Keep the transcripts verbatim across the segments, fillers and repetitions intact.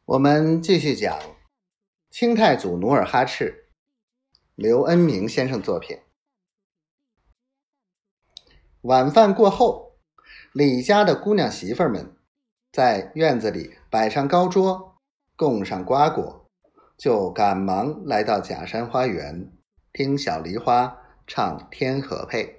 我们继续讲清太祖努尔哈赤，刘恩明先生作品。晚饭过后，李家的姑娘媳妇儿们在院子里摆上高桌，供上瓜果，就赶忙来到假山花园，听小梨花唱天河配。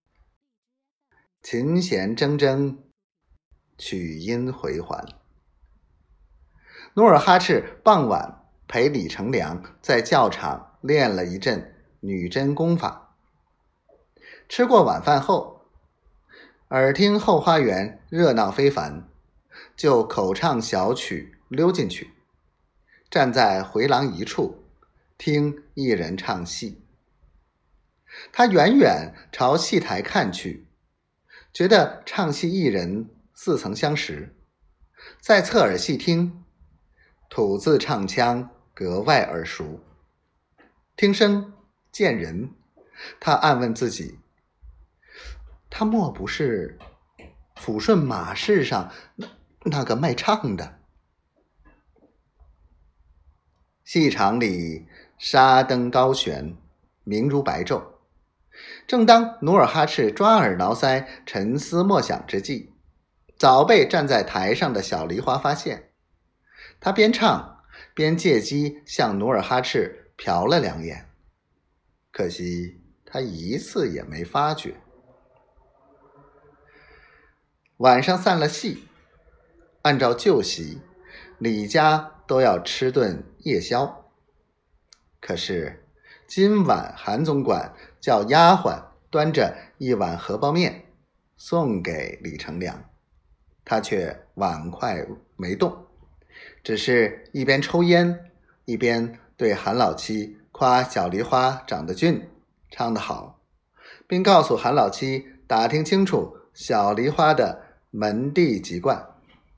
琴弦铮铮，曲音回环。努尔哈赤傍晚陪李成梁在教场练了一阵女真功法。吃过晚饭后，耳听后花园热闹非凡，就口唱小曲溜进去，站在回廊一处听一人唱戏。他远远朝戏台看去，觉得唱戏艺人似曾相识，再侧耳细听，吐字唱腔格外耳熟。听声见人，他暗问自己，他莫不是抚顺马市上那那个卖唱的？戏场里纱灯高悬，明如白昼。正当努尔哈赤抓耳挠腮沉思默想之际，早被站在台上的小梨花发现。他边唱边借机向努尔哈赤瞟了两眼，可惜他一次也没发觉。晚上散了戏，按照旧习，李家都要吃顿夜宵。可是今晚韩总管叫丫鬟端着一碗荷包面送给李成梁，他却碗筷没动，只是一边抽烟一边对韩老七夸小梨花长得俊，唱得好，并告诉韩老七打听清楚小梨花的门第籍贯。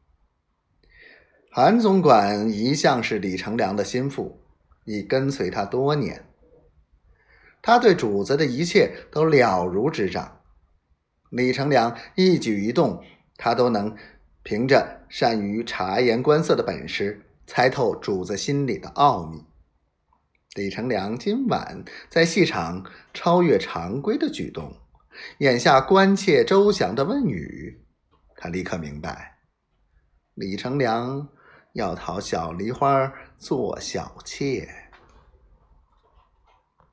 韩总管一向是李成梁的心腹，已跟随他多年，他对主子的一切都了如指掌。李成梁一举一动，他都能凭着善于察言观色的本事猜透主子心里的奥秘。李成梁今晚在戏场超越常规的举动，眼下关切周详的问语，他立刻明白，李成梁要讨小梨花做小妾。